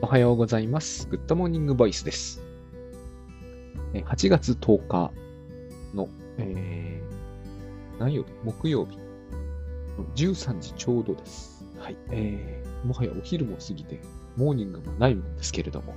はようございます。グッドモーニングボイスです。8月10日の、何曜日木曜日の13時ちょうどです。はい。もはやお昼も過ぎて、モーニングもないもんですけれども、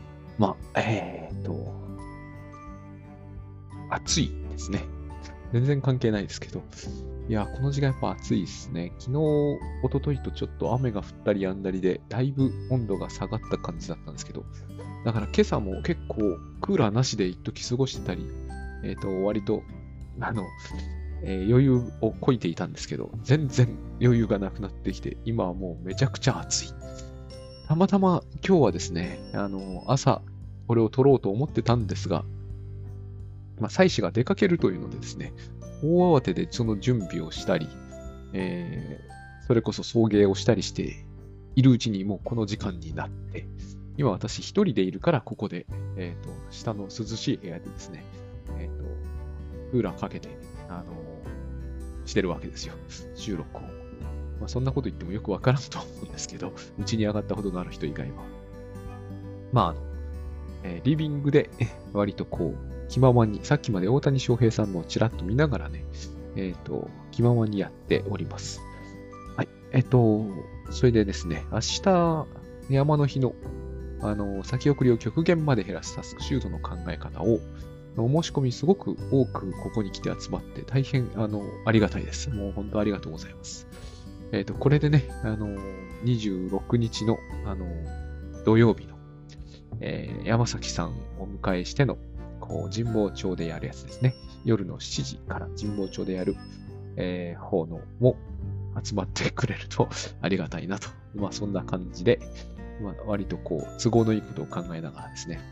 暑いですね。全然関係ないですけど、いや、この時間やっぱ暑いですね。昨日、一昨日とちょっと雨が降ったりやんだりで、だいぶ温度が下がった感じだったんですけど、だから今朝も結構クーラーなしで一時過ごしてたり、割と、余裕をこいていたんですけど、全然余裕がなくなってきて、今はもうめちゃくちゃ暑い。たまたま今日はですね、朝、これを撮ろうと思ってたんですが、妻子が出かけるというのでですね、大慌てでその準備をしたり、それこそ送迎をしたりしているうちにもうこの時間になって、今私一人でいるからここで、下の涼しい部屋でですね、クーラーかけて、してるわけですよ。収録を。そんなこと言ってもよくわからんと思うんですけど、うちに上がったことのある人以外は。リビングで割とこう、気ままに、さっきまで大谷翔平さんのをちらっと見ながらね、気ままにやっております。はい。それでですね、明日、山の日の、先送りを極限まで減らすタスクシュートの考え方を、お申し込みすごく多くここに来て集まって、大変、ありがたいです。もう本当ありがとうございます。これでね、26日の、土曜日の、山崎さんをお迎えしての、神保町でやるやつですね。夜の7時から神保町でやる、方のも集まってくれるとありがたいなと。そんな感じで、割と都合のいいことを考えながらですね。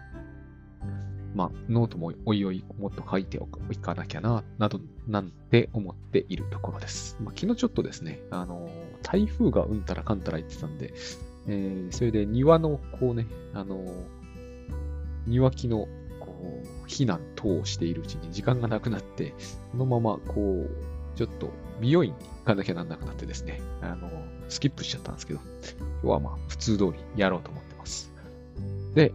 ノートもおいおいもっと書いていかなきゃな、なんて思っているところです。昨日ちょっとですね、台風がうんたらかんたら言ってたんで、それで庭の庭木の避難等をしているうちに時間がなくなって、そのままちょっと美容院に行かなきゃなんなくなってですね、スキップしちゃったんですけど、今日は普通通りやろうと思ってます。で、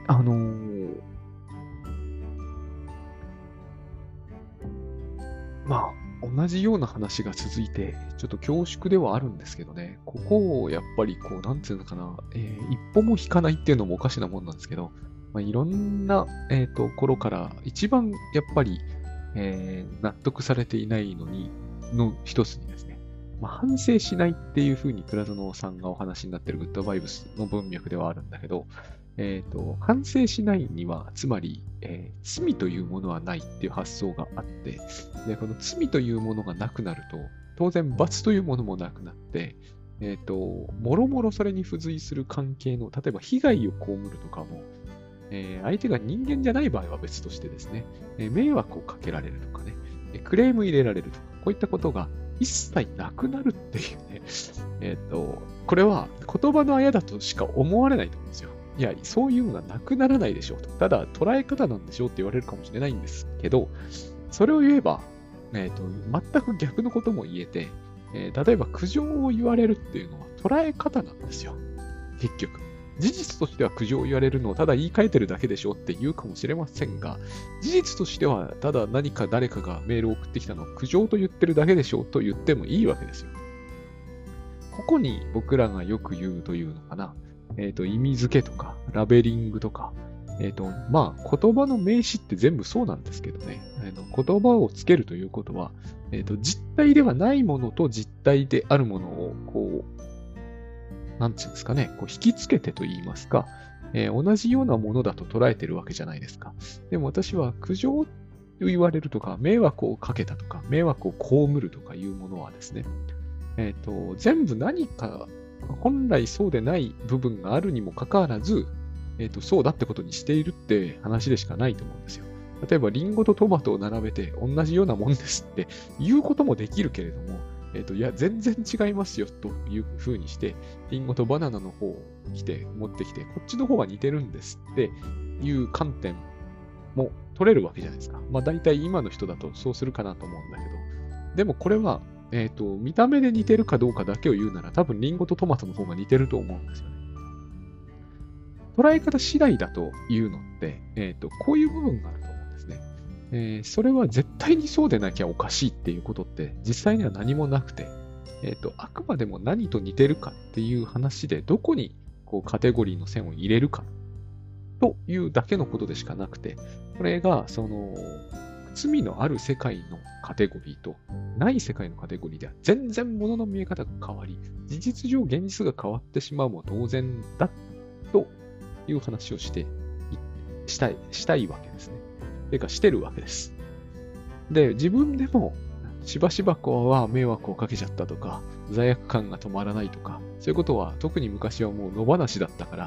同じような話が続いて、ちょっと恐縮ではあるんですけどね、ここをやっぱりなんていうのかな、一歩も引かないっていうのもおかしなもんなんですけど、いろんな、頃から一番やっぱり、納得されていないの一つにですね、反省しないっていうふうに倉園さんがお話になっているグッドバイブスの文脈ではあるんだけど、反省しないには、つまり、罪というものはないっていう発想があって、で、この罪というものがなくなると、当然罰というものもなくなって、もろもろそれに付随する関係の、例えば被害を被るとかも、相手が人間じゃない場合は別としてですね、迷惑をかけられるとかね、クレーム入れられるとか、こういったことが一切なくなるっていうね、これは言葉のあやだとしか思われないと思うんですよ。いや、そういうのはなくならないでしょうと。ただ、捉え方なんでしょうって言われるかもしれないんですけど、それを言えば、全く逆のことも言えて、例えば苦情を言われるっていうのは捉え方なんですよ。結局。事実としては苦情を言われるのをただ言い換えてるだけでしょって言うかもしれませんが、事実としてはただ何か誰かがメールを送ってきたのを苦情と言ってるだけでしょと言ってもいいわけですよ。ここに僕らがよく言うというのかな。意味付けとか、ラベリングとか、言葉の名詞って全部そうなんですけどね。言葉をつけるということは、実体ではないものと実体であるものを、なんていうんですかね、引きつけてと言いますか、同じようなものだと捉えてるわけじゃないですか。でも私は苦情と言われるとか、迷惑をかけたとか、迷惑を被るとかいうものはですね、全部何か本来そうでない部分があるにもかかわらず、そうだってことにしているって話でしかないと思うんですよ。例えば、リンゴとトマトを並べて同じようなもんですって言うこともできるけれども、いや、全然違いますよというふうにして、リンゴとバナナの方を持ってきて、こっちの方が似てるんですっていう観点も取れるわけじゃないですか。大体今の人だとそうするかなと思うんだけど、でもこれは、見た目で似てるかどうかだけを言うなら、多分リンゴとトマトの方が似てると思うんですよね。 捉え方次第だというのって、こういう部分があると思うんですね。それは絶対にそうでなきゃおかしいっていうことって実際には何もなくて、あくまでも何と似てるかっていう話で、どこにこうカテゴリーの線を入れるかというだけのことでしかなくて、これが罪のある世界のカテゴリーとない世界のカテゴリーでは全然物の見え方が変わり、事実上現実が変わってしまうも同然だという話をしたいわけですね。てかしてるわけです。で、自分でもしばしば迷惑をかけちゃったとか、罪悪感が止まらないとか、そういうことは特に昔はもう野放しだったから、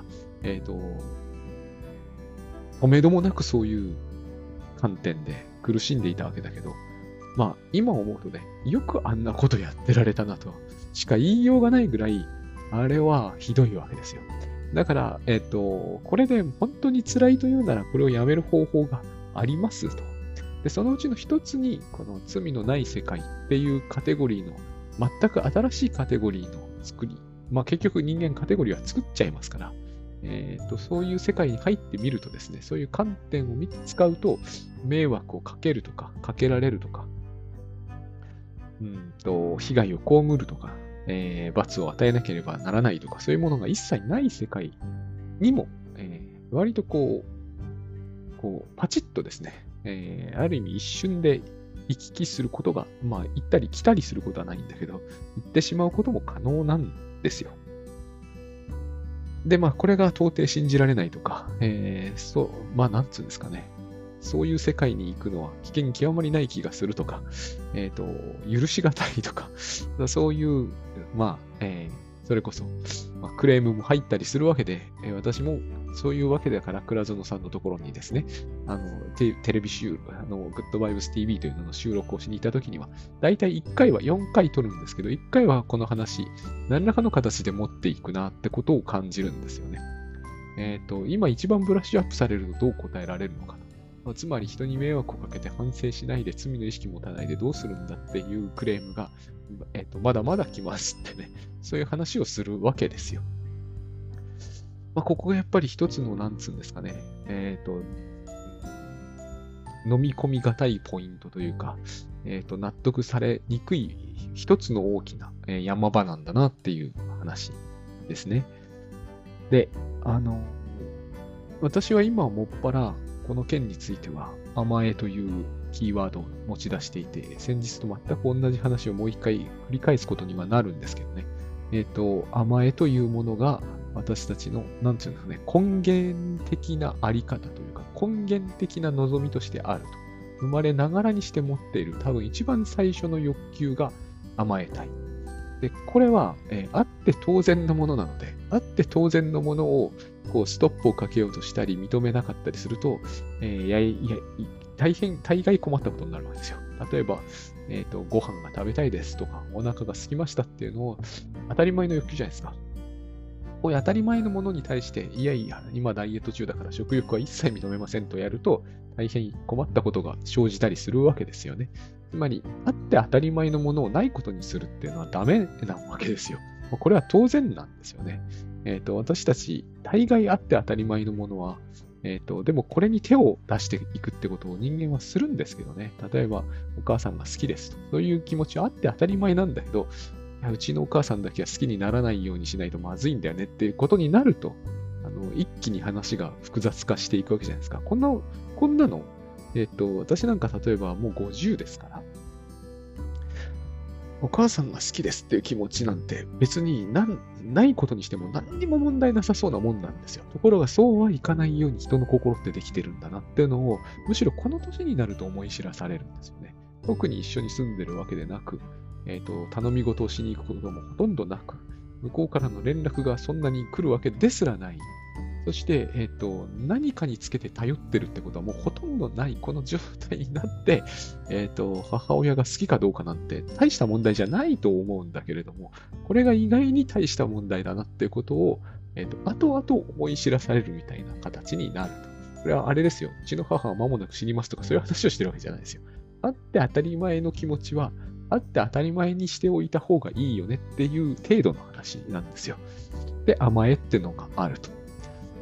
止めどもなくそういう観点で苦しんでいたわけだけど、まあ今思うとね、よくあんなことやってられたなとしか言いようがないぐらい、あれはひどいわけですよ。だから、これで本当に辛いというならこれをやめる方法がありますと。で、そのうちの一つに、この罪のない世界っていうカテゴリーの、全く新しいカテゴリーの作り。まあ結局人間カテゴリーは作っちゃいますから、そういう世界に入ってみるとですね、そういう観点を使うと、迷惑をかけるとか、かけられるとか、被害を被るとか、罰を与えなければならないとか、そういうものが一切ない世界にも、割とパチッとですね、ある意味一瞬で行き来することが、まあ行ったり来たりすることはないんだけど、行ってしまうことも可能なんですよ。で、まあこれが到底信じられないとか、まあなんつうんですかね。そういう世界に行くのは危険極まりない気がするとか、許しがたいとか、そういう、まあ、それこそ、まあ、クレームも入ったりするわけで、私もそういうわけだから、倉園さんのところにですね、テレビグッドバイブス TV というのの収録をしに行った時には、だいたい1回は4回撮るんですけど、1回はこの話、何らかの形で持っていくなってことを感じるんですよね。今一番ブラッシュアップされるとどう答えられるのかと。つまり人に迷惑をかけて反省しないで罪の意識持たないでどうするんだっていうクレームが、まだまだ来ますってね、そういう話をするわけですよ。まあ、ここがやっぱり一つの、なんつうんですかね、飲み込みがたいポイントというか、納得されにくい一つの大きな山場なんだなっていう話ですね。で、私は今はもっぱら、この件については、甘えというキーワードを持ち出していて、先日と全く同じ話をもう一回繰り返すことにはなるんですけどね。甘えというものが私たちの、なんていうんですかね、根源的なあり方というか、根源的な望みとしてあると。生まれながらにして持っている、多分一番最初の欲求が甘えたい。で、これは、あって当然のものなので、あって当然のものをストップをかけようとしたり認めなかったりすると、大概困ったことになるわけですよ。例えば、ご飯が食べたいですとか、お腹が空きましたっていうのを当たり前の欲求じゃないですか。こういう当たり前のものに対して、いやいや、今ダイエット中だから食欲は一切認めませんとやると、大変困ったことが生じたりするわけですよね。つまり、あって当たり前のものをないことにするっていうのはダメなわけですよ。これは当然なんですよね。私たち、大概あって当たり前のものは、でもこれに手を出していくってことを人間はするんですけどね。例えば、お母さんが好きですと。そういう気持ちはあって当たり前なんだけど、いやうちのお母さんだけは好きにならないようにしないとまずいんだよねっていうことになると、一気に話が複雑化していくわけじゃないですか。こんなの、私なんか例えばもう50ですから、お母さんが好きですっていう気持ちなんて別にないことにしても何にも問題なさそうなもんなんですよ。ところがそうはいかないように人の心ってできてるんだなっていうのを、むしろこの年になると思い知らされるんですよね。特に一緒に住んでるわけでなく、頼み事をしに行くこともほとんどなく、向こうからの連絡がそんなに来るわけですらない。そして、何かにつけて頼ってるってことはもうほとんどない、この状態になって、母親が好きかどうかなんて大した問題じゃないと思うんだけれども、これが意外に大した問題だなっていうことを、後々思い知らされるみたいな形になると。これはあれですよ。うちの母は間もなく死にますとかそういう話をしてるわけじゃないですよ。あって当たり前の気持ちは、あって当たり前にしておいた方がいいよねっていう程度の話なんですよ。で、甘えってのがあると。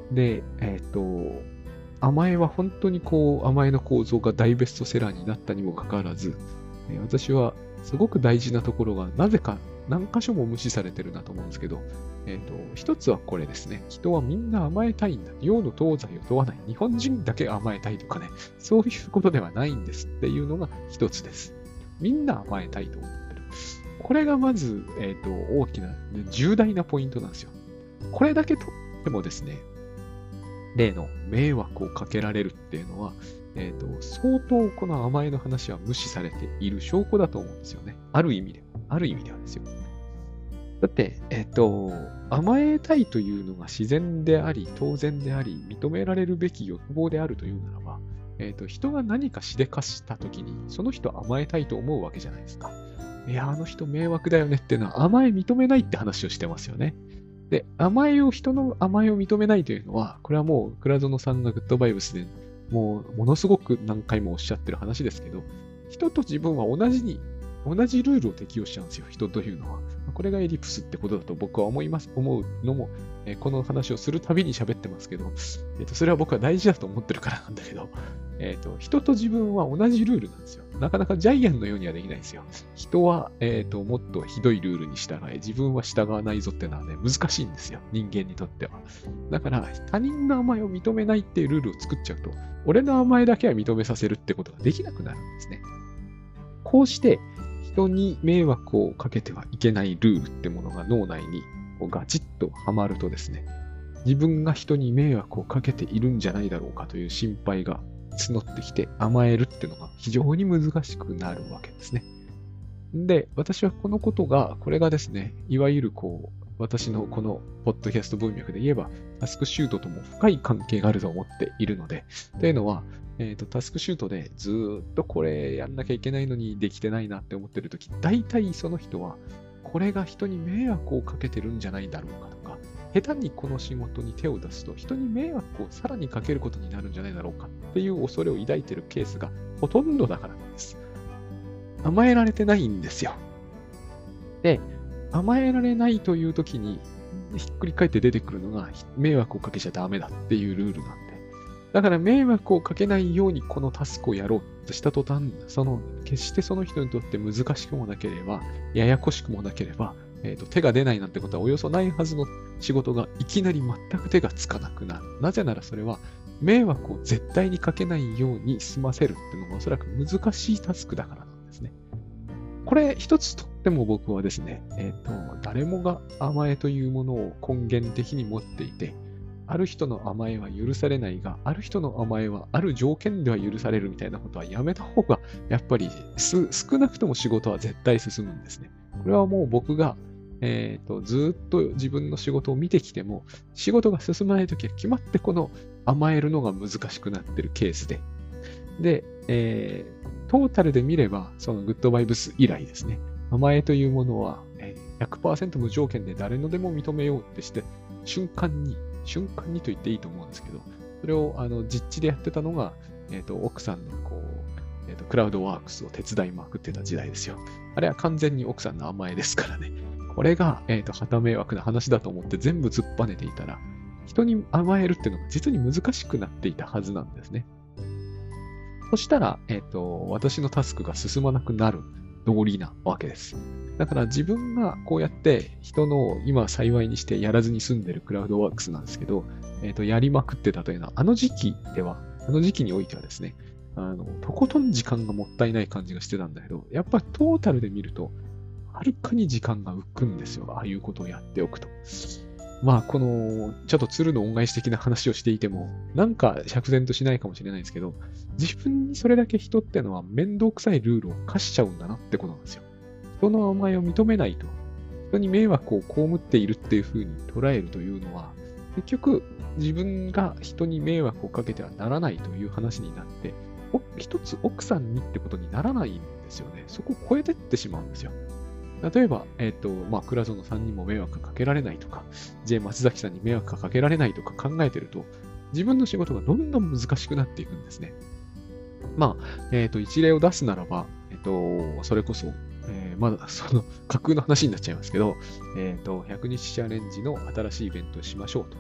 で、甘えは本当に甘えの構造が大ベストセラーになったにもかかわらず、私はすごく大事なところがなぜか何箇所も無視されてるなと思うんですけど、一つはこれですね。人はみんな甘えたいんだ。洋の東西を問わない。日本人だけ甘えたいとかね、そういうことではないんですっていうのが一つです。みんな甘えたいと思ってる。これがまず、大きな、重大なポイントなんですよ。これだけとってもですね、例の迷惑をかけられるっていうのは、相当この甘えの話は無視されている証拠だと思うんですよね。ある意味ではですよ。だって、甘えたいというのが自然であり、当然であり、認められるべき欲望であるというならば、人が何かしでかしたときに、その人甘えたいと思うわけじゃないですか。いや、あの人迷惑だよねっていうのは甘え認めないって話をしてますよね。で、人の甘えを認めないというのは、これはもう倉園さんがグッドバイブスでもうものすごく何回もおっしゃってる話ですけど、人と自分は同じルールを適用しちゃうんですよ、人というのは。これがエリプスってことだと僕は思うのも、この話をするたびに喋ってますけど、それは僕は大事だと思ってるからなんだけど、人と自分は同じルールなんですよ。なかなかジャイアンのようにはできないんですよ。人は、もっとひどいルールに従え、自分は従わないぞってのはね、難しいんですよ。人間にとっては。だから、他人の甘えを認めないっていうルールを作っちゃうと、俺の甘えだけは認めさせるってことができなくなるんですね。こうして、人に迷惑をかけてはいけないルールってものが脳内にガチッとはまるとですね、自分が人に迷惑をかけているんじゃないだろうかという心配が募ってきて甘えるっていうのが非常に難しくなるわけですね。で、私はこれがですね、いわゆる私のこのポッドキャスト文脈で言えば、タスクシュートとも深い関係があると思っているので、というのは、タスクシュートでずーっとこれやんなきゃいけないのにできてないなって思ってるとき、大体その人は、これが人に迷惑をかけてるんじゃないだろうかとか、下手にこの仕事に手を出すと人に迷惑をさらにかけることになるんじゃないだろうかっていう恐れを抱いているケースがほとんどだからなんです。甘えられてないんですよ。で、甘えられないという時にひっくり返って出てくるのが迷惑をかけちゃダメだっていうルールなんで。だから迷惑をかけないようにこのタスクをやろうとした途端、決してその人にとって難しくもなければ、ややこしくもなければ、手が出ないなんてことはおよそないはずの仕事がいきなり全く手がつかなくなる。なぜならそれは迷惑を絶対にかけないように済ませるっていうのがおそらく難しいタスクだからなんですね。これ一つとっても僕はですね、誰もが甘えというものを根源的に持っていて、ある人の甘えは許されないが、ある人の甘えはある条件では許されるみたいなことはやめた方が、やっぱり少なくとも仕事は絶対進むんですね。これはもう僕が、ずっと自分の仕事を見てきても、仕事が進まないときは決まってこの甘えるのが難しくなってるケースで。で、トータルで見れば、そのグッドバイブス以来ですね。甘えというものは、100% 無条件で誰のでも認めようってして、瞬間にと言っていいと思うんですけど、それを実地でやってたのが、奥さんのクラウドワークスを手伝いまくってた時代ですよ。あれは完全に奥さんの甘えですからね。これが、旗迷惑な話だと思って全部突っぱねていたら、人に甘えるっていうのが実に難しくなっていたはずなんですね。そしたら、私のタスクが進まなくなる道理なわけです。だから自分がこうやって人の今幸いにしてやらずに済んでるクラウドワークスなんですけど、やりまくってたというのは、あの時期においてはですね、とことん時間がもったいない感じがしてたんだけど、やっぱトータルで見ると、はるかに時間が浮くんですよ。ああいうことをやっておくと。まあ、ちょっと鶴の恩返し的な話をしていても、なんか釈然としないかもしれないですけど、自分にそれだけ人ってのは面倒くさいルールを課しちゃうんだなってことなんですよ。人の甘えを認めないと、人に迷惑を被っているっていう風に捉えるというのは、結局自分が人に迷惑をかけてはならないという話になって、一つ奥さんにってことにならないんですよね。そこを超えてってしまうんですよ。例えば、倉園さんにも迷惑がかけられないとか、J 松崎さんに迷惑がかけられないとか考えてると、自分の仕事がどんどん難しくなっていくんですね。まあ、一例を出すならば、それこそ、まだ架空の話になっちゃいますけど、100日チャレンジの新しいイベントをしましょうと。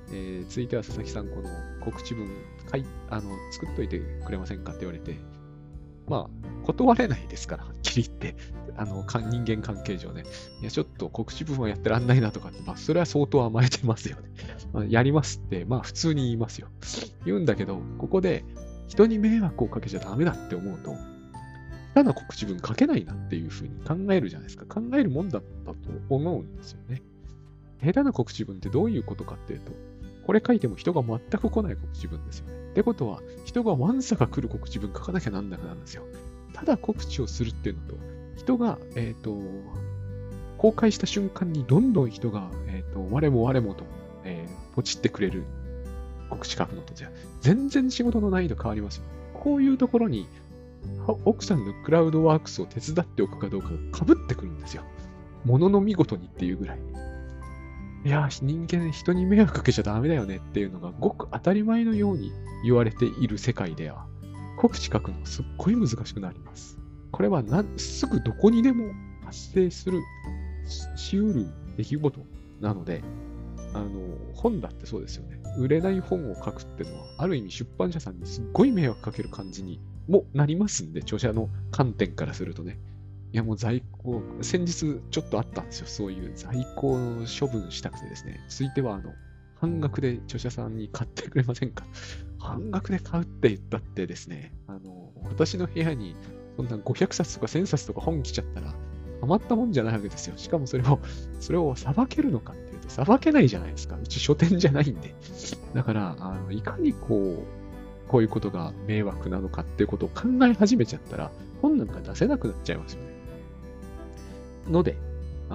続いては佐々木さん、この告知文作っといてくれませんかって言われて、まあ、断れないですから、はっきり言って。人間関係上ね。いや、ちょっと告知文はやってらんないなとかって、まあ、それは相当甘えてますよね。まあ、やりますって、まあ、普通に言いますよ。言うんだけど、ここで人に迷惑をかけちゃダメだって思うと、ただ告知文書けないなっていうふうに考えるじゃないですか。考えるもんだったと思うんですよね。下手な告知文ってどういうことかっていうと、これ書いても人が全く来ない告知文ですよね。ってことは、人がわんさか来る告知文書かなきゃなんなくなるんですよ。ただ告知をするっていうのと、人が、公開した瞬間にどんどん人が、我も我もと、ポチってくれる告知書くのとじゃ、全然仕事の難易度変わりますよ。こういうところに、奥さんのクラウドワークスを手伝っておくかどうかが被ってくるんですよ。ものの見事にっていうぐらい。いや、人間、人に迷惑かけちゃダメだよねっていうのがごく当たり前のように言われている世界では、告知書くのすっごい難しくなります。これはすぐどこにでも発生しうる出来事なので、本だってそうですよね。売れない本を書くっていうのは、ある意味出版社さんにすっごい迷惑かける感じにもなりますんで、著者の観点からするとね。いやもう在庫、先日ちょっとあったんですよ。そういう在庫を処分したくてですね。ついては半額で著者さんに買ってくれませんか？半額で買うって言ったってですね、私の部屋にそんな500冊とか1000冊とか本来ちゃったら、たまったもんじゃないわけですよ。しかもそれを裁けるのかっていうと、裁けないじゃないですか。うち書店じゃないんで。だから、いかにこういうことが迷惑なのかっていうことを考え始めちゃったら、本なんか出せなくなっちゃいますよね。ので、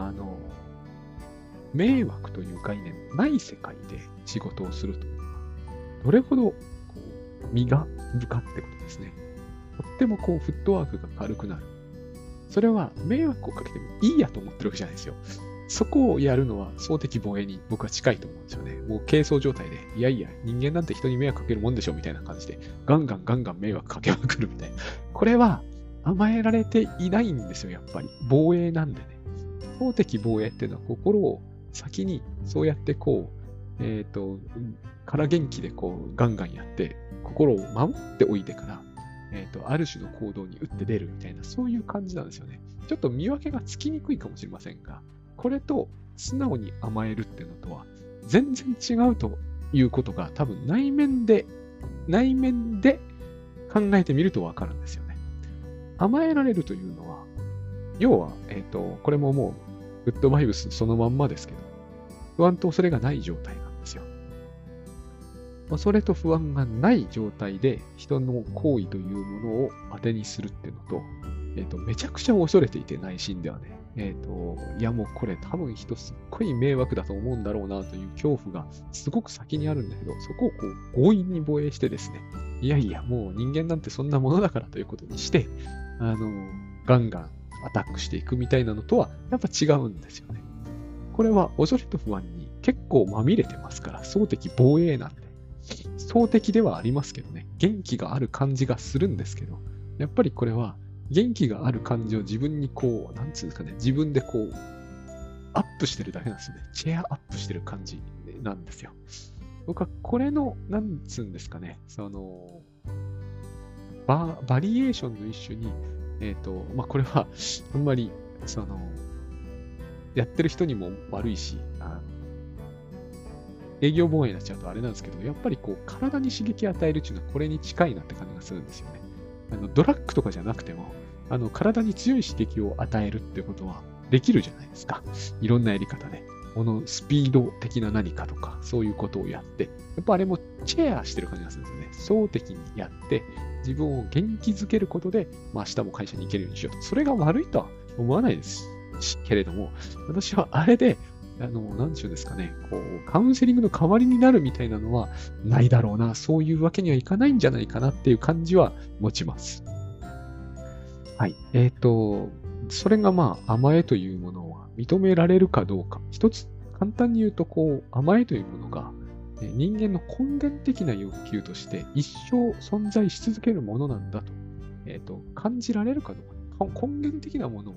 迷惑という概念ない世界で仕事をするというのは、どれほど身が深かってことですね。とってもフットワークが軽くなる。それは迷惑をかけてもいいやと思ってるわけじゃないですよ。そこをやるのは総的防衛に僕は近いと思うんですよね。もう軽装状態で、いやいや、人間なんて人に迷惑かけるもんでしょみたいな感じで、ガンガン迷惑かけまくるみたいな。これは甘えられていないんですよ、やっぱり。防衛なんでね。総的防衛っていうのは心を先にそうやってから元気でガンガンやって、心を守っておいてから、ある種の行動に打って出るみたいな、そういう感じなんですよね。ちょっと見分けがつきにくいかもしれませんが、これと素直に甘えるっていうのとは全然違うということが多分内面で考えてみるとわかるんですよね。甘えられるというのは、要は、これももうグッドバイブスそのまんまですけど、不安と恐れがない状態なんですよ。それと不安がない状態で人の行為というものを当てにするっていうのと、めちゃくちゃ恐れていて内心ではね、いやもうこれ多分人すっごい迷惑だと思うんだろうなという恐怖がすごく先にあるんだけど、そこを強引に防衛してですね、いやいやもう人間なんてそんなものだからということにして、ガンガンアタックしていくみたいなのとはやっぱ違うんですよね。これは恐れと不安に結構まみれてますから、総的防衛なんで。総的ではありますけどね、元気がある感じがするんですけど、やっぱりこれは元気がある感じを自分になんつうんですかね、自分でアップしてるだけなんですよね。チェアアップしてる感じなんですよ。僕はこれの、なんつうんですかね、バリエーションの一種に、これは、あんまり、やってる人にも悪いし、営業防衛になっちゃうとあれなんですけど、やっぱり体に刺激を与えるっていうのはこれに近いなって感じがするんですよね。ドラッグとかじゃなくても、体に強い刺激を与えるってことはできるじゃないですか。いろんなやり方で。スピード的な何かとか、そういうことをやって、やっぱあれもチェアしてる感じがするんですよね。総的にやって、自分を元気づけることで、明日も会社に行けるようにしようと。それが悪いとは思わないですけれども、私はあれで、なんちゅうんですかね、カウンセリングの代わりになるみたいなのはないだろうな、そういうわけにはいかないんじゃないかなっていう感じは持ちます。はい。それが甘えというものは認められるかどうか。一つ、簡単に言うと、甘えというものが、人間の根源的な欲求として一生存在し続けるものなんだと、感じられるかどうか。根源的なものを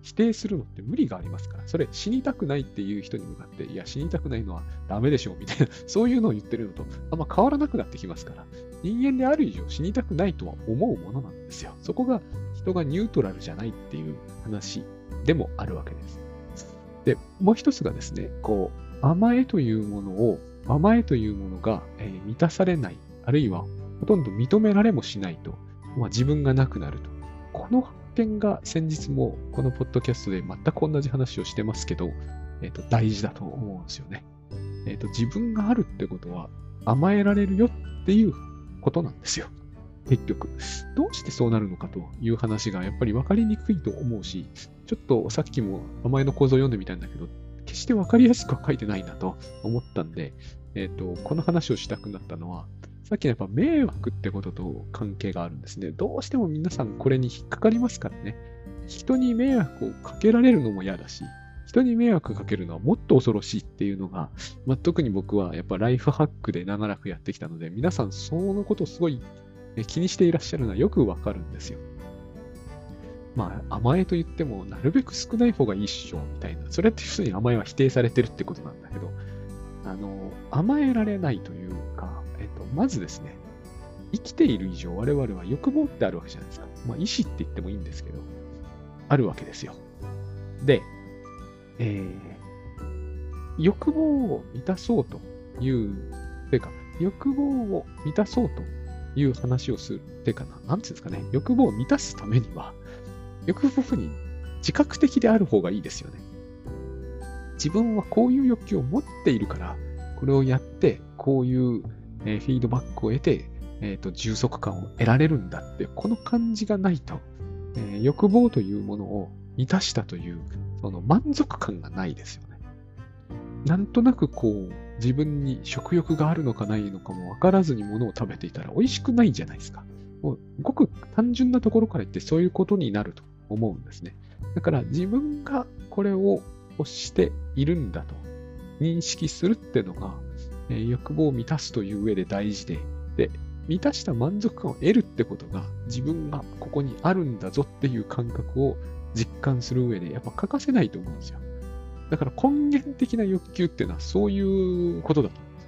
否定するのって無理がありますから、それ死にたくないっていう人に向かって、いや、死にたくないのはダメでしょうみたいな、そういうのを言ってるのとあんま変わらなくなってきますから、人間である以上死にたくないとは思うものなんですよ。そこが人がニュートラルじゃないっていう話でもあるわけです。で、もう一つがですね、甘えというものが、満たされない、あるいはほとんど認められもしないと、自分がなくなると。この発見が先日もこのポッドキャストで全く同じ話をしてますけど、大事だと思うんですよね。自分があるってことは甘えられるよっていうことなんですよ。結局。どうしてそうなるのかという話がやっぱり分かりにくいと思うし、ちょっとさっきも甘えの構造を読んでみたんだけど、決して分かりやすくは書いてないなと思ったんで、この話をしたくなったのは、さっきのやっぱ迷惑ってことと関係があるんですね。どうしても皆さんこれに引っかかりますからね。人に迷惑をかけられるのも嫌だし、人に迷惑かけるのはもっと恐ろしいっていうのが、特に僕はやっぱライフハックで長らくやってきたので、皆さんそのことをすごい気にしていらっしゃるのはよくわかるんですよ。甘えと言っても、なるべく少ない方がいいっしょ、みたいな。それって要するに甘えは否定されてるってことなんだけど、甘えられないというか、まずですね、生きている以上我々は欲望ってあるわけじゃないですか。意志って言ってもいいんですけど、あるわけですよ。で、欲望を満たそうという、欲望を満たそうという話をする。なんていうんですかね、欲望を満たすためには、欲望に自覚的である方がいいですよね。自分はこういう欲求を持っているから、これをやって、こういうフィードバックを得て、充足感を得られるんだって、この感じがないと、欲望というものを満たしたという、その満足感がないですよね。なんとなく自分に食欲があるのかないのかも分からずに物を食べていたら美味しくないじゃないですか。もうごく単純なところから言ってそういうことになると思うんですね。だから自分がこれを欲しているんだと認識するっていうのが、欲望を満たすという上で大事で、満たした満足感を得るってことが自分がここにあるんだぞっていう感覚を実感する上でやっぱ欠かせないと思うんですよ。だから根源的な欲求っていうのはそういうことだと思うん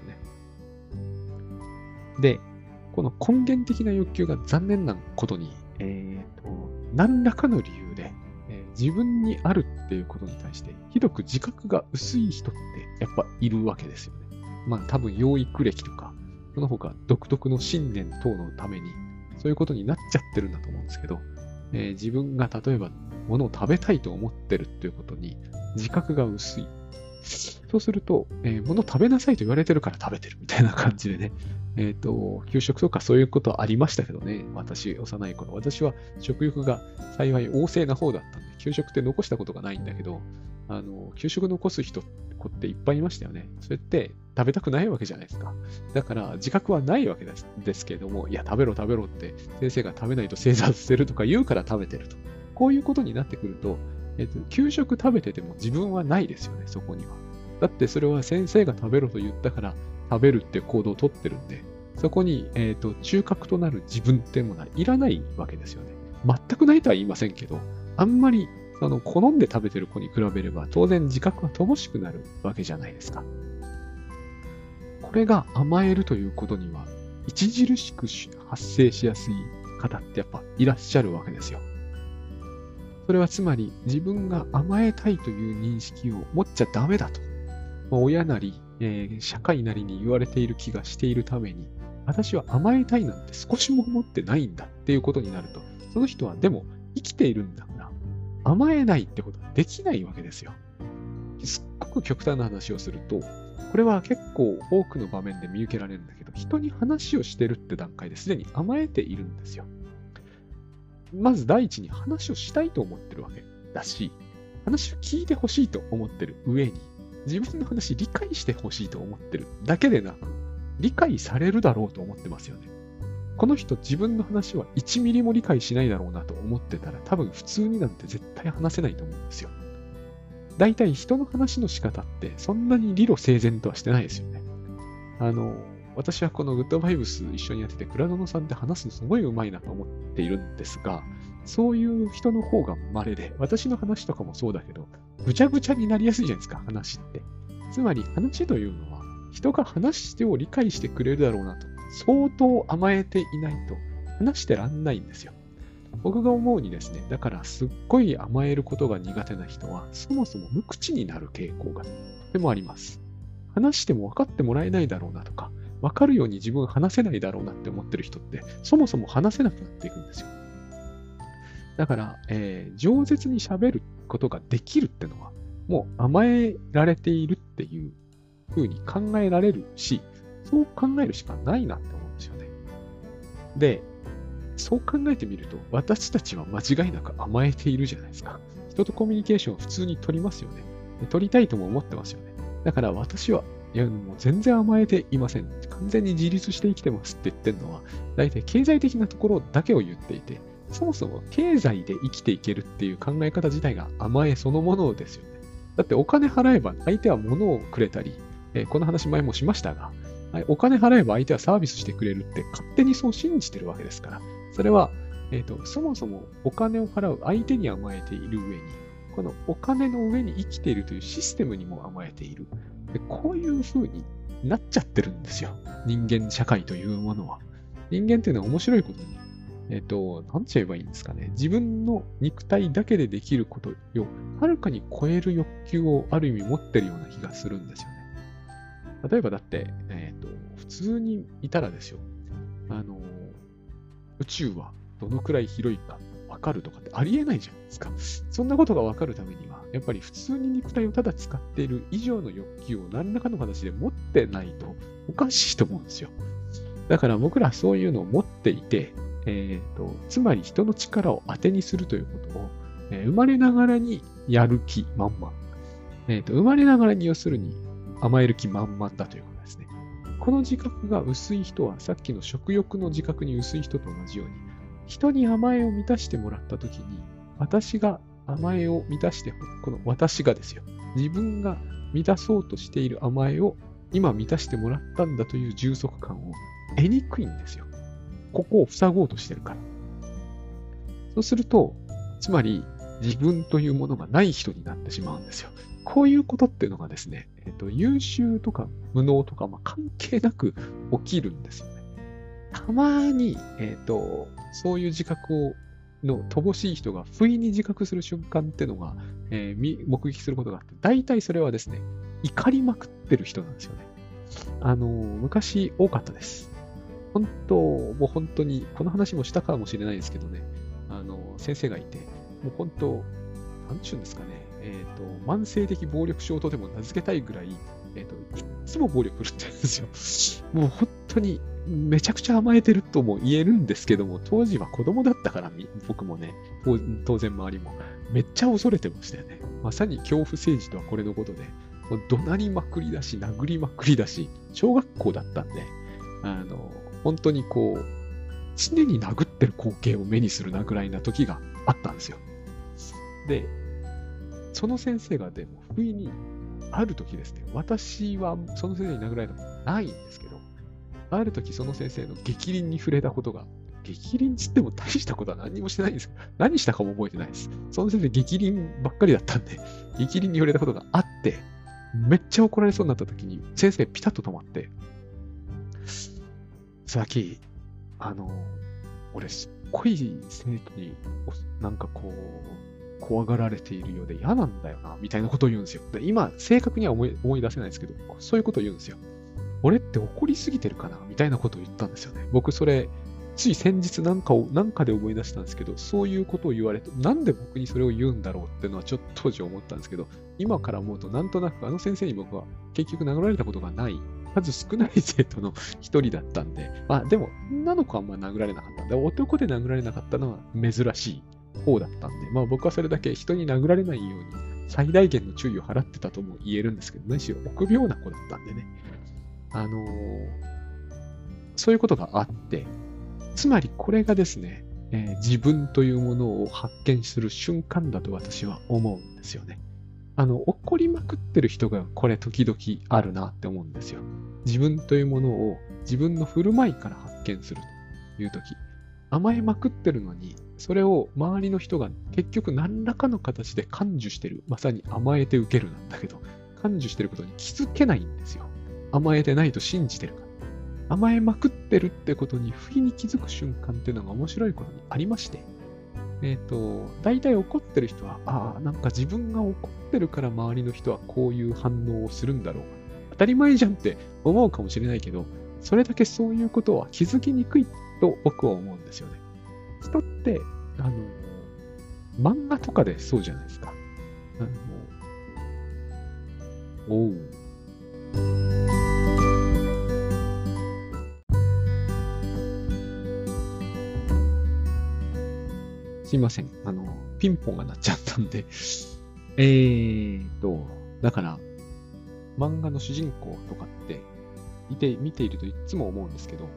ですよね。で、この根源的な欲求が残念なことに、何らかの理由で、自分にあるっていうことに対してひどく自覚が薄い人ってやっぱいるわけですよね。多分養育歴とか、その他独特の信念等のためにそういうことになっちゃってるんだと思うんですけど、自分が例えば物を食べたいと思ってるっていうことに自覚が薄い。そうすると、物を食べなさいと言われてるから食べてるみたいな感じでね、給食とかそういうことありましたけどね、幼い頃。私は食欲が幸い旺盛な方だったんで、給食って残したことがないんだけど、給食残す子っていっぱいいましたよね。それって食べたくないわけじゃないですか。だから自覚はないわけですけれども、いや、食べろって先生が食べないと正座してるとか言うから食べてると。こういうことになってくると、給食食べてても自分はないですよね、そこには。だってそれは先生が食べろと言ったから食べるって行動をとってるんで、そこに、中核となる自分っていうものはいらないわけですよね。全くないとは言いませんけど、あんまり好んで食べてる子に比べれば当然自覚は乏しくなるわけじゃないですか。これが甘えるということには著しく発生しやすい方ってやっぱいらっしゃるわけですよ。それはつまり自分が甘えたいという認識を持っちゃダメだと。親なり、社会なりに言われている気がしているために、私は甘えたいなんて少しも思ってないんだっていうことになると、その人はでも生きているんだから、甘えないってことはできないわけですよ。すっごく極端な話をすると、これは結構多くの場面で見受けられるんだけど、人に話をしてるって段階ですでに甘えているんですよ。まず第一に話をしたいと思ってるわけだし、話を聞いてほしいと思ってる上に、自分の話理解してほしいと思ってるだけでなく、理解されるだろうと思ってますよね。この人自分の話は1ミリも理解しないだろうなと思ってたら、多分普通になんて絶対話せないと思うんですよ。大体人の話の仕方ってそんなに理路整然とはしてないですよね。私はこのグッドバイブス一緒にやってて、倉園さんって話すのすごい上手いなと思っているんですが、 そういう人の方が稀で、私の話とかもそうだけど、ぐちゃぐちゃになりやすいじゃないですか、話って。つまり話というのは、人が話してを理解してくれるだろうなと、相当甘えていないと話してらんないんですよ。僕が思うにですね、だからすっごい甘えることが苦手な人は、そもそも無口になる傾向がとてもあります。話しても分かってもらえないだろうなとか、分かるように自分話せないだろうなって思ってる人って、そもそも話せなくなっていくんですよ。だから、饒舌に喋ることができるってのは、もう甘えられているっていう風に考えられるし、そう考えるしかないなって思うんですよね。で、そう考えてみると、私たちは間違いなく甘えているじゃないですか。人とコミュニケーションを普通に取りますよね。取りたいとも思ってますよね。だから私は、いや、もう全然甘えていません。完全に自立して生きてますって言ってるのは、大体経済的なところだけを言っていて、そもそも経済で生きていけるっていう考え方自体が甘えそのものですよね。だってお金払えば相手は物をくれたり、この話前もしましたが、お金払えば相手はサービスしてくれるって勝手にそう信じてるわけですから、それは、そもそもお金を払う相手に甘えている上に、このお金の上に生きているというシステムにも甘えている。でこういう風になっちゃってるんですよ。人間社会というものは。人間っていうのは面白いことに、なんて言えばいいんですかね。自分の肉体だけでできることをはるかに超える欲求をある意味持ってるような気がするんですよね。例えばだって、普通にいたらですよ。宇宙はどのくらい広いか分かるとかってありえないじゃないですか。そんなことが分かるためには、やっぱり普通に肉体をただ使っている以上の欲求を何らかの形で持ってないとおかしいと思うんですよ。だから僕らそういうのを持っていて、つまり人の力を当てにするということを、生まれながらにやる気満々。生まれながらに要するに甘える気満々だということですね。この自覚が薄い人は、さっきの食欲の自覚に薄い人と同じように、人に甘えを満たしてもらったときに、私が甘えを満たして、この私がですよ、自分が満たそうとしている甘えを今満たしてもらったんだという充足感を得にくいんですよ。ここを塞ごうとしてるから。そうすると、つまり自分というものがない人になってしまうんですよ。こういうことっていうのがですね、優秀とか無能とか、関係なく起きるんですよね。たまに、そういう自覚の乏しい人が不意に自覚する瞬間っていうのが、目撃することがあって、大体それはですね、怒りまくってる人なんですよね。昔多かったです。もう本当に、この話もしたかもしれないですけどね、先生がいて、もう本当、なんちゅうんですかね、慢性的暴力症とでも名付けたいぐらい、いつも暴力振るってるんですよ。もう本当に、めちゃくちゃ甘えてるとも言えるんですけども、当時は子供だったから僕もね、当然周りも、めっちゃ恐れてましたよね。まさに恐怖政治とはこれのことで、もう怒鳴りまくりだし、殴りまくりだし、小学校だったんで、本当にこう、常に殴ってる光景を目にするなぐらいな時があったんですよ。で、その先生がでも不意に、ある時ですね、私はその先生に殴られたことないんですけど、ある時その先生の逆鱗に触れたことが、逆鱗つっても大したことは何もしてないんですけど、何したかも覚えてないです。その先生逆鱗ばっかりだったんで、逆鱗に触れたことがあって、めっちゃ怒られそうになった時に、先生ピタッと止まって、さっき、俺すっごい生徒に、なんかこう、怖がられているようで嫌なんだよな、みたいなことを言うんですよ。で今、正確には思い出せないですけど、そういうことを言うんですよ。俺って怒りすぎてるかなみたいなことを言ったんですよね。僕それ、つい先日なんかで思い出したんですけど、そういうことを言われて、なんで僕にそれを言うんだろうっていうのはちょっと当時思ったんですけど、今から思うとなんとなくあの先生に僕は結局殴られたことがない、数少ない生徒の一人だったんで、でも女の子はあんま殴られなかったんで、男で殴られなかったのは珍しい方だったんで、僕はそれだけ人に殴られないように最大限の注意を払ってたとも言えるんですけど、むしろ臆病な子だったんでね。そういうことがあって、つまりこれがですね、自分というものを発見する瞬間だと私は思うんですよね。怒りまくってる人がこれ時々あるなって思うんですよ。自分というものを自分の振る舞いから発見するという時、甘えまくってるのにそれを周りの人が結局何らかの形で感受してる。まさに甘えて受けるなんだけど、感受してることに気づけないんですよ。甘えてないと信じてるから。甘えまくってるってことに不意に気づく瞬間っていうのが面白いことにありまして、大体怒ってる人は、なんか自分が怒ってるから周りの人はこういう反応をするんだろう。当たり前じゃんって思うかもしれないけど、それだけそういうことは気づきにくいと僕は思うんですよね。人って、漫画とかでそうじゃないですか。おう。すいません。ピンポンが鳴っちゃったんで。だから、漫画の主人公とかって見ているといつも思うんですけど、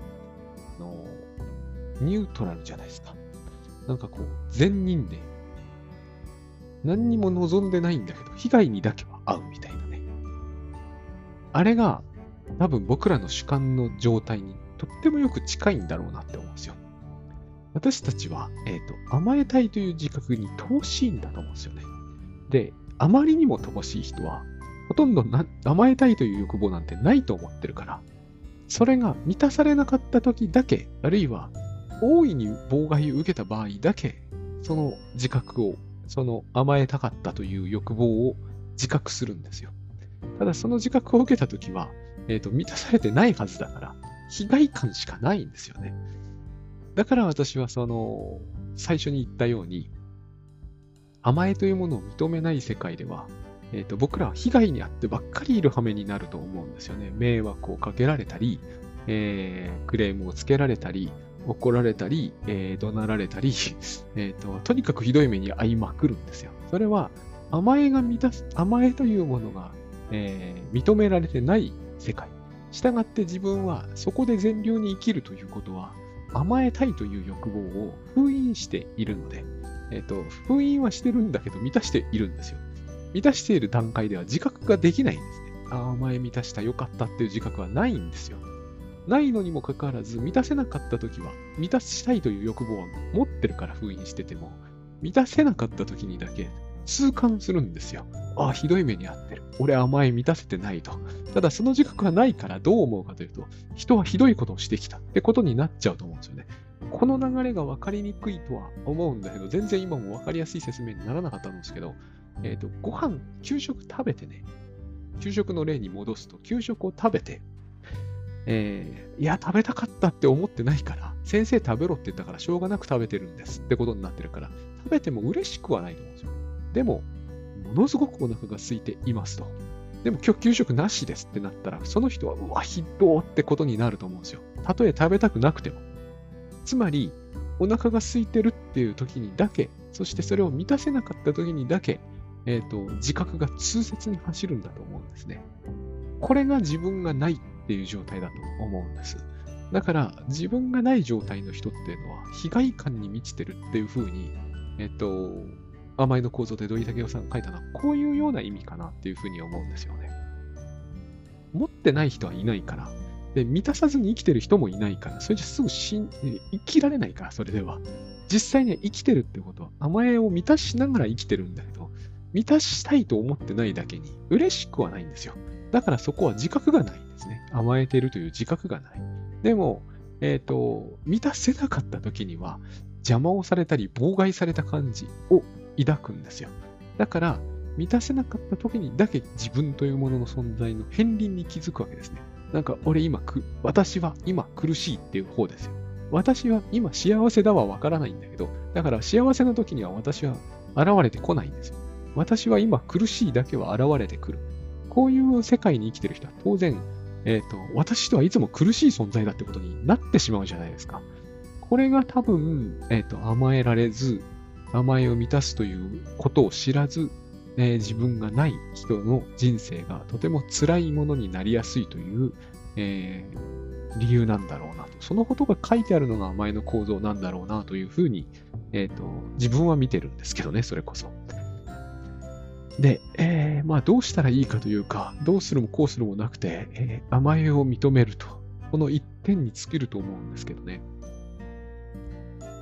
ニュートラルじゃないですか。なんかこう、善人で、何にも望んでないんだけど、被害にだけは合うみたいなね。あれが、多分僕らの主観の状態にとってもよく近いんだろうなって思うんですよ。私たちは、甘えたいという自覚に乏しいんだと思うんですよね。で、あまりにも乏しい人は、ほとんど甘えたいという欲望なんてないと思ってるから、それが満たされなかった時だけ、あるいは大いに妨害を受けた場合だけ、その自覚を、その甘えたかったという欲望を自覚するんですよ。ただその自覚を受けた時は、満たされてないはずだから、被害感しかないんですよね。だから私は最初に言ったように、甘えというものを認めない世界では、僕らは被害に遭ってばっかりいる羽目になると思うんですよね。迷惑をかけられたり、クレームをつけられたり、怒られたり、怒鳴られたり、とにかくひどい目に遭いまくるんですよ。それは甘えというものが、認められてない世界。したがって自分はそこで善良に生きるということは、甘えたいという欲望を封印しているので、封印はしてるんだけど満たしているんですよ。満たしている段階では自覚ができないんですね。前満たしたよかったっていう自覚はないんですよ。ないのにもかかわらず、満たせなかった時は、満たしたいという欲望は持ってるから封印してても、満たせなかった時にだけ痛感するんですよ。ひどい目に遭ってる。俺甘え満たせてないと。ただその自覚がないからどう思うかというと、人はひどいことをしてきたってことになっちゃうと思うんですよね。この流れが分かりにくいとは思うんだけど、全然今も分かりやすい説明にならなかったんですけど、給食食べてね、給食の例に戻すと、給食を食べて、いや、食べたかったって思ってないから、先生食べろって言ったからしょうがなく食べてるんですってことになってるから、食べても嬉しくはないと思うんですよ。でも、ものすごくお腹が空いていますと。でも今日給食なしですってなったら、その人は、うわ、ひどーってことになると思うんですよ。たとえ食べたくなくても。つまり、お腹が空いてるっていう時にだけ、そしてそれを満たせなかった時にだけ、自覚が痛切に走るんだと思うんですね。これが自分がないっていう状態だと思うんです。だから、自分がない状態の人っていうのは、被害感に満ちてるっていう風に、甘えの構造で土井武雄さんが書いたのは、こういうような意味かなっていう風に思うんですよね。持ってない人はいないから、で、満たさずに生きてる人もいないから、それじゃすぐ生きられないから、それでは。実際には生きてるってことは、甘えを満たしながら生きてるんだけど、満たしたいと思ってないだけに、嬉しくはないんですよ。だからそこは自覚がないんですね。甘えてるという自覚がない。でも、満たせなかった時には、邪魔をされたり、妨害された感じを抱くんですよ。だから、満たせなかった時にだけ自分というものの存在の片鱗に気づくわけですね。なんか、私は今苦しいっていう方ですよ。私は今幸せだはわからないんだけど、だから幸せの時には私は現れてこないんですよ。私は今苦しいだけは現れてくる。こういう世界に生きてる人は当然、私とはいつも苦しい存在だってことになってしまうじゃないですか。これが多分、甘えられず、甘えを満たすということを知らず、自分がない人の人生がとても辛いものになりやすいという、理由なんだろうなと。そのことが書いてあるのが甘えの構造なんだろうなというふうに、自分は見てるんですけどね、それこそ。で、どうしたらいいかというか、どうするもこうするもなくて、甘えを認めると。この一点に尽きると思うんですけどね。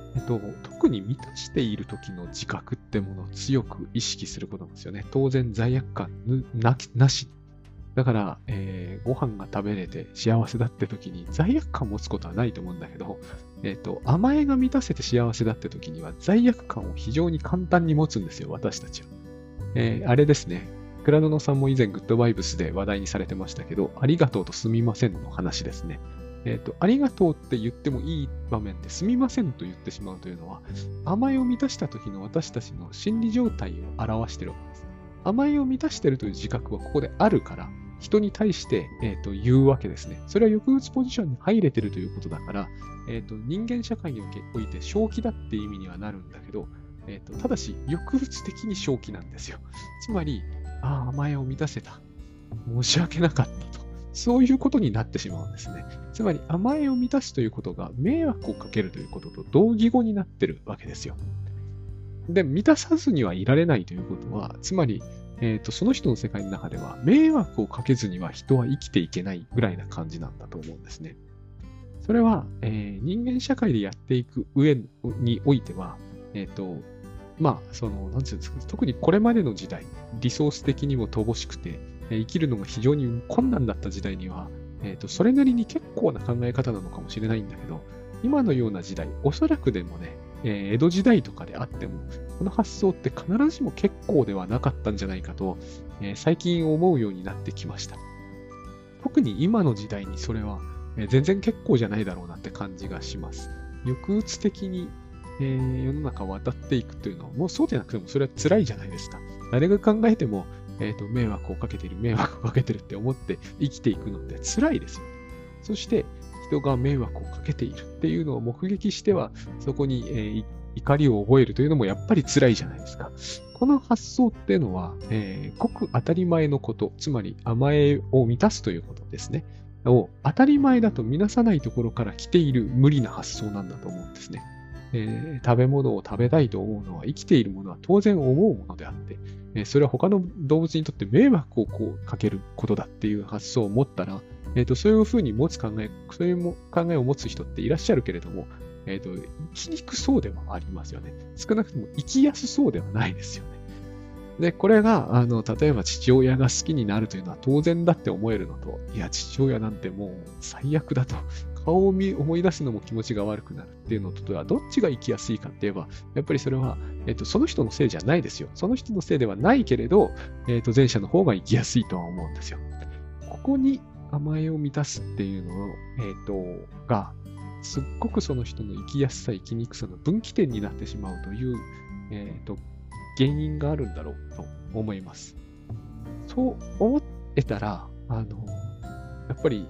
特に満たしている時の自覚ってものを強く意識することなんですよね。当然罪悪感なし。だから、ご飯が食べれて幸せだって時に罪悪感を持つことはないと思うんだけど、甘えが満たせて幸せだって時には罪悪感を非常に簡単に持つんですよ、私たちは。あれですね。倉野さんも以前グッドバイブスで話題にされてましたけど、ありがとうとすみませんの話ですね。ありがとうって言ってもいい場面ですみませんと言ってしまうというのは、甘えを満たした時の私たちの心理状態を表しているわけです。甘えを満たしているという自覚はここであるから、人に対して、言うわけですね。それは抑うつポジションに入れているということだから、人間社会において正気だっていう意味にはなるんだけど、ただし抑うつ的に正気なんですよ。つまり、甘えを満たせた。申し訳なかったと。そういうことになってしまうんですね。つまり甘えを満たすということが迷惑をかけるということと同義語になってるわけですよ。で、満たさずにはいられないということは、つまり、その人の世界の中では迷惑をかけずには人は生きていけないぐらいな感じなんだと思うんですね。それは、人間社会でやっていく上においては、なんていうんですか、特にこれまでの時代、リソース的にも乏しくて、生きるのが非常に困難だった時代には、それなりに結構な考え方なのかもしれないんだけど、今のような時代、おそらくでもね、江戸時代とかであっても、この発想って必ずしも結構ではなかったんじゃないかと、最近思うようになってきました。特に今の時代にそれは、全然結構じゃないだろうなって感じがします。抑うつ的に、世の中を渡っていくというのは、もうそうでなくてもそれは辛いじゃないですか。誰が考えても、迷惑をかけている、迷惑をかけてるって思って生きていくのって辛いですよね。そして、人が迷惑をかけているっていうのを目撃しては、そこに、怒りを覚えるというのもやっぱり辛いじゃないですか。この発想っていうのは、ごく当たり前のこと、つまり甘えを満たすということですね。を当たり前だとみなさないところから来ている無理な発想なんだと思うんですね。食べ物を食べたいと思うのは生きているものは当然思うものであって、それは他の動物にとって迷惑をかけることだっていう発想を持ったら、そういうふうにそういう考えを持つ人っていらっしゃるけれども、生きにくそうではありますよね。少なくとも生きやすそうではないですよね。で、これが、例えば父親が好きになるというのは当然だって思えるのと、いや、父親なんてもう最悪だと、顔を思い出すのも気持ちが悪くなるっていうのとは、どっちが生きやすいかって言えば、やっぱりそれは、その人のせいじゃないですよ。その人のせいではないけれど、前者の方が生きやすいとは思うんですよ。ここに甘えを満たすっていうのが、すっごくその人の生きやすさ、生きにくさの分岐点になってしまうという、原因があるんだろうと思います。そう思えたら、やっぱり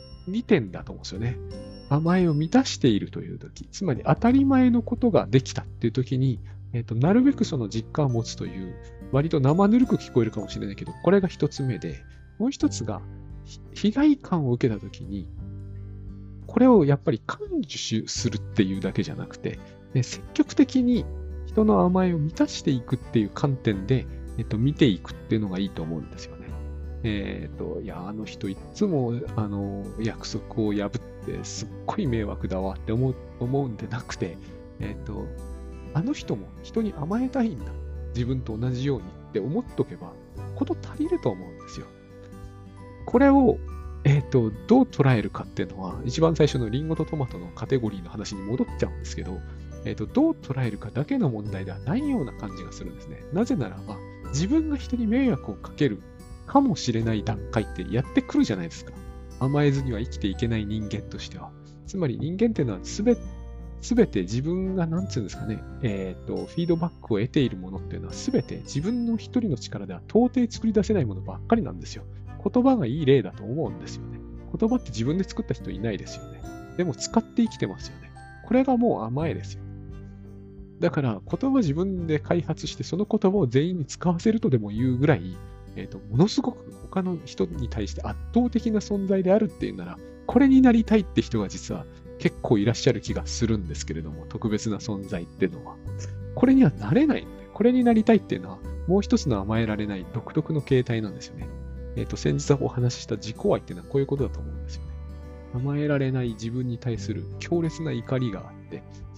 2点だと思うんですよね。甘えを満たしているというとき、つまり当たり前のことができたっていうときに、なるべくその実感を持つという、割と生ぬるく聞こえるかもしれないけど、これが1つ目で、もう1つが、被害感を受けたときに、これをやっぱり感受するっていうだけじゃなくて、積極的に人の甘えを満たしていくっていう観点で、見ていくっていうのがいいと思うんですよね。いや、あの人いつも、約束を破って、すっごい迷惑だわって思うんでなくて、あの人も人に甘えたいんだ。自分と同じようにって思っとけば、こと足りると思うんですよ。これを、どう捉えるかっていうのは、一番最初のリンゴとトマトのカテゴリーの話に戻っちゃうんですけど、どう捉えるかだけの問題ではないような感じがするんですね。なぜならば、自分が人に迷惑をかけるかもしれない段階ってやってくるじゃないですか。甘えずには生きていけない人間としては。つまり人間っていうのはすべて自分が、なんつうんですかね、フィードバックを得ているものっていうのはすべて自分の一人の力では到底作り出せないものばっかりなんですよ。言葉がいい例だと思うんですよね。言葉って自分で作った人いないですよね。でも使って生きてますよね。これがもう甘えですよ。だから言葉自分で開発してその言葉を全員に使わせるとでも言うぐらい、ものすごく他の人に対して圧倒的な存在であるっていうなら、これになりたいって人が実は結構いらっしゃる気がするんですけれども、特別な存在っていうのは。これにはなれないので、これになりたいっていうのは、もう一つの甘えられない独特の形態なんですよね。先日お話しした自己愛っていうのはこういうことだと思うんですよね。甘えられない自分に対する強烈な怒りがあって、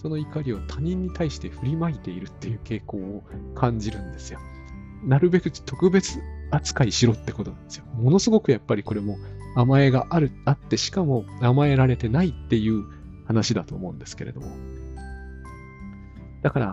その怒りを他人に対して振りまいているっていう傾向を感じるんですよ。なるべく特別扱いしろってことなんですよ。ものすごくやっぱりこれも甘えがあって、しかも甘えられてないっていう話だと思うんですけれども。だから、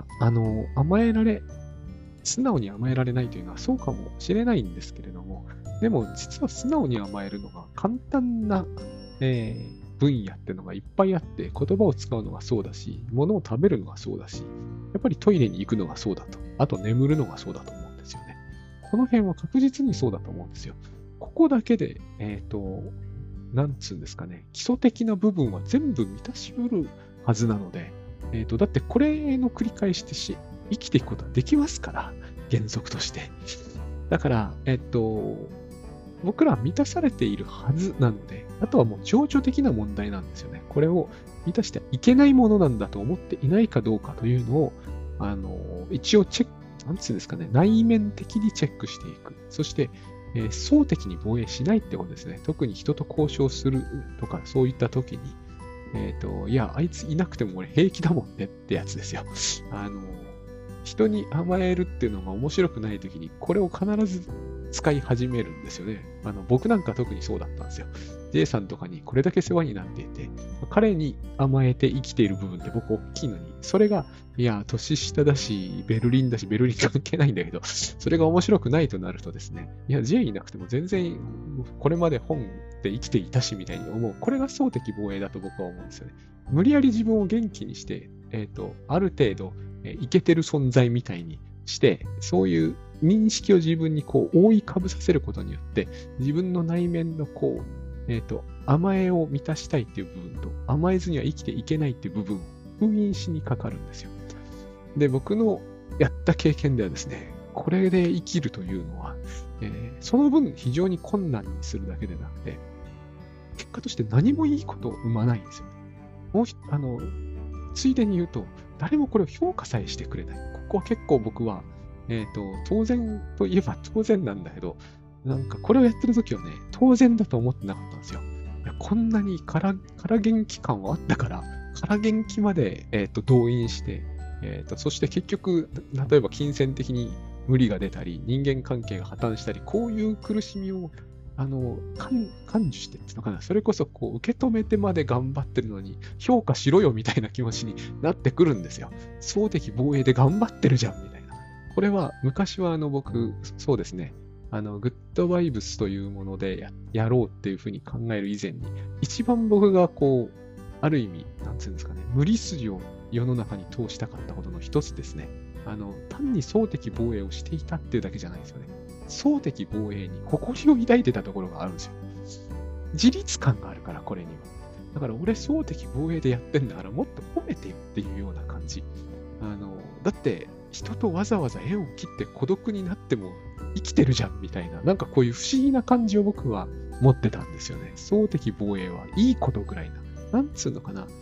素直に甘えられないというのはそうかもしれないんですけれども、でも実は素直に甘えるのが簡単な、分野っていうのがいっぱいあって、言葉を使うのがそうだし、物を食べるのがそうだし、やっぱりトイレに行くのがそうだと、あと眠るのがそうだと思うんですよね。この辺は確実にそうだと思うんですよ。ここだけで、なんつうんですかね、基礎的な部分は全部満たしうるはずなので、だってこれの繰り返しで生きていくことはできますから、原則として。だから、僕らは満たされているはずなので、あとはもう情緒的な問題なんですよね。これを満たしてはいけないものなんだと思っていないかどうかというのを、一応なんつうんですかね、内面的にチェックしていく。そして、総的に防衛しないってことですね。特に人と交渉するとか、そういった時に、いや、あいついなくても俺平気だもんねってやつですよ。人に甘えるっていうのが面白くない時に、これを必ず使い始めるんですよね。僕なんか特にそうだったんですよ。J さんとかにこれだけ世話になっていて、彼に甘えて生きている部分って僕大きいのに、それが、いや、年下だし、ベルリンだし、ベルリン関係ないんだけど、それが面白くないとなるとですね、いや、J いなくても全然、これまで本で生きていたしみたいに思う。これが総的防衛だと僕は思うんですよね。無理やり自分を元気にして、ある程度、イケてる存在みたいにして、そういう認識を自分に覆いかぶさせることによって、自分の内面の甘えを満たしたいっていう部分と、甘えずには生きていけないっていう部分を封印しにかかるんですよ。で、僕のやった経験ではですね、これで生きるというのは、その分非常に困難にするだけでなくて、結果として何もいいことを生まないんですよ。もうついでに言うと、誰もこれを評価さえしてくれない。ここは結構僕は、当然といえば当然なんだけど、なんかこれをやってる時はね、当然だと思ってなかったんですよ。いやこんなに空元気感はあったから、空元気まで、動員して、そして結局、例えば金銭的に無理が出たり、人間関係が破綻したり、こういう苦しみを感受してっていうのかな、それこそ受け止めてまで頑張ってるのに、評価しろよみたいな気持ちになってくるんですよ。総的防衛で頑張ってるじゃんみたいな。これは、昔は僕、そうですね、グッドバイブスというものでやろうっていうふうに考える以前に、一番僕がある意味、なんていうんですかね、無理筋を世の中に通したかったことの一つですね。単に総的防衛をしていたっていうだけじゃないですよね。総的防衛に誇りを抱いてたところがあるんですよ。自立感があるから、これには。だから俺総的防衛でやってんだからもっと褒めてよっていうような感じ。だって人とわざわざ縁を切って孤独になっても生きてるじゃんみたいな、なんかこういう不思議な感じを僕は持ってたんですよね。総的防衛はいいことぐらいな。なんつうのかな。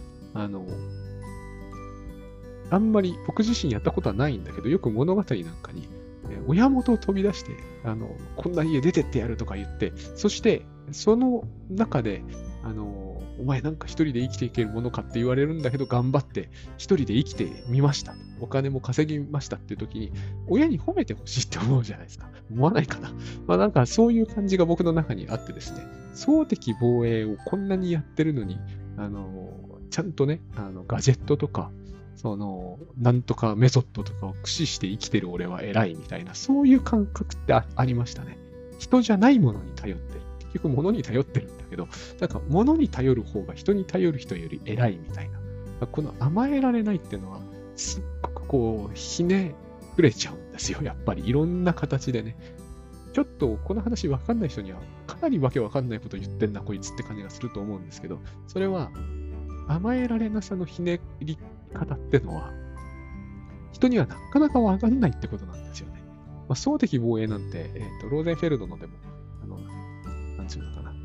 あんまり僕自身やったことはないんだけど、よく物語なんかに、親元を飛び出して、こんな家出てってやるとか言って、そして、その中で、お前なんか一人で生きていけるものかって言われるんだけど、頑張って一人で生きてみました。お金も稼ぎましたっていう時に、親に褒めてほしいって思うじゃないですか。思わないかな。まあなんかそういう感じが僕の中にあってですね、総的防衛をこんなにやってるのに、ちゃんとね、ガジェットとか、なんとかメソッドとかを駆使して生きてる俺は偉いみたいな、そういう感覚ってありましたね。人じゃないものに頼ってる。結局物に頼ってるんだけど、なんか物に頼る方が人に頼る人より偉いみたいな。この甘えられないっていうのは、すっごくひねくれちゃうんですよ。やっぱりいろんな形でね。ちょっとこの話わかんない人には、かなりわけわかんないこと言ってんな、こいつって感じがすると思うんですけど、それは甘えられなさのひねり方ってのは、人にはなかなかわかんないってことなんですよね。まあ、総的防衛なんて、ローゼンフェルドのでも、なんていうのかな、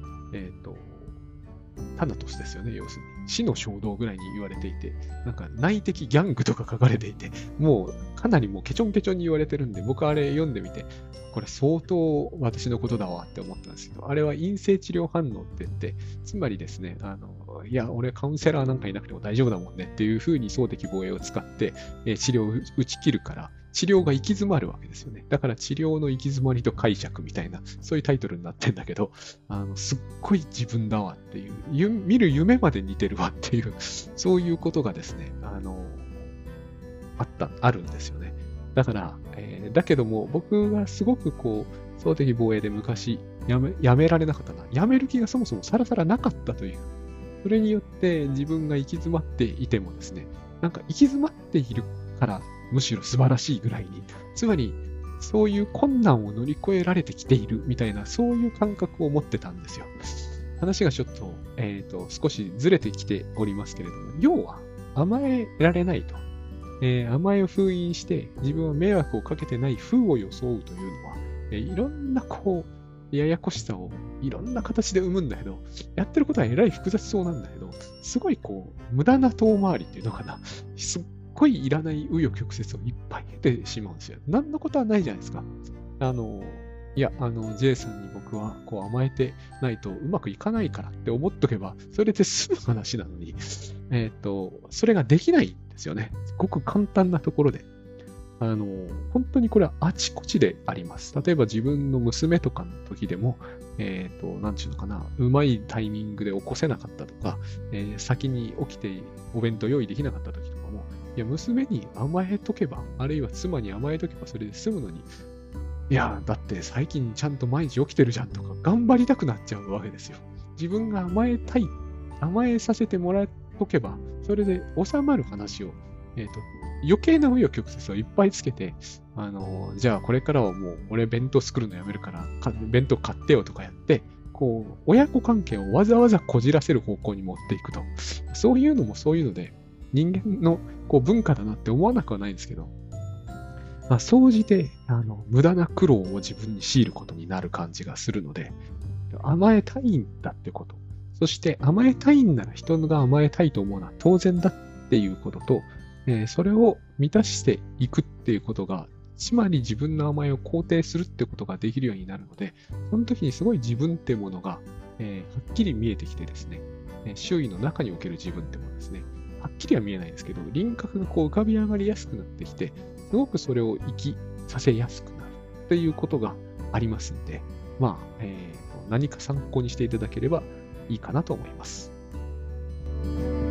タナトスですよね、要するに。死の衝動ぐらいに言われていて、なんか内的ギャングとか書かれていて、もうかなりもうケチョンケチョンに言われてるんで、僕あれ読んでみて、これ相当私のことだわって思ったんですけど、あれは陰性治療反応って言って、つまりですね、 いや、俺カウンセラーなんかいなくても大丈夫だもんねっていうふうに想的防衛を使って、治療を打ち切るから、治療が行き詰まるわけですよね。だから治療の行き詰まりと解釈みたいな、そういうタイトルになってんだけど、すっごい自分だわっていう、見る夢まで似てるわっていう、そういうことがですね、あるんですよね。だから、だけども僕がすごくこう、想的防衛で昔やめられなかったな。やめる気がそもそもさらさらなかったという。それによって自分が行き詰まっていてもですね、なんか行き詰まっているからむしろ素晴らしいぐらいに、つまりそういう困難を乗り越えられてきているみたいな、そういう感覚を持ってたんですよ。話がちょっと、少しずれてきておりますけれども、要は甘えられないと。甘えを封印して自分は迷惑をかけてない風を装うというのは、いろんなこう、ややこしさをいろんな形で生むんだけど、やってることはえらい複雑そうなんだけど、すごいこう、無駄な遠回りっていうのかな。すっごいいらない紆余曲折をいっぱい経てしまうんですよ。何のことはないじゃないですか。J さんに僕はこう甘えてないとうまくいかないからって思っとけば、それで済む話なのに、それができないんですよね。ごく簡単なところで。本当にこれはあちこちであります。例えば自分の娘とかの時でも、なんちゅうのかな、うまいタイミングで起こせなかったとか、先に起きてお弁当用意できなかった時とかも、いや、娘に甘えとけば、あるいは妻に甘えとけばそれで済むのに、いや、だって最近ちゃんと毎日起きてるじゃんとか、頑張りたくなっちゃうわけですよ。自分が甘えたい、甘えさせてもらっとけば、それで収まる話を、余計な紆余曲折をいっぱいつけて、じゃあこれからはもう俺弁当作るのやめるから、弁当買ってよとかやって、こう、親子関係をわざわざこじらせる方向に持っていくと。そういうのもそういうので、人間のこう文化だなって思わなくはないんですけど、まあ、総じて、無駄な苦労を自分に強いることになる感じがするので、甘えたいんだってこと。そして甘えたいんなら人が甘えたいと思うのは当然だっていうことと、それを満たしていくっていうことが、つまり自分の甘えを肯定するってことができるようになるので、その時にすごい自分ってものが、はっきり見えてきてですね、周囲の中における自分ってものですね、はっきりは見えないですけど、輪郭がこう浮かび上がりやすくなってきて、すごくそれを生きさせやすくなるっていうことがありますんで、まあ、何か参考にしていただければいいかなと思います。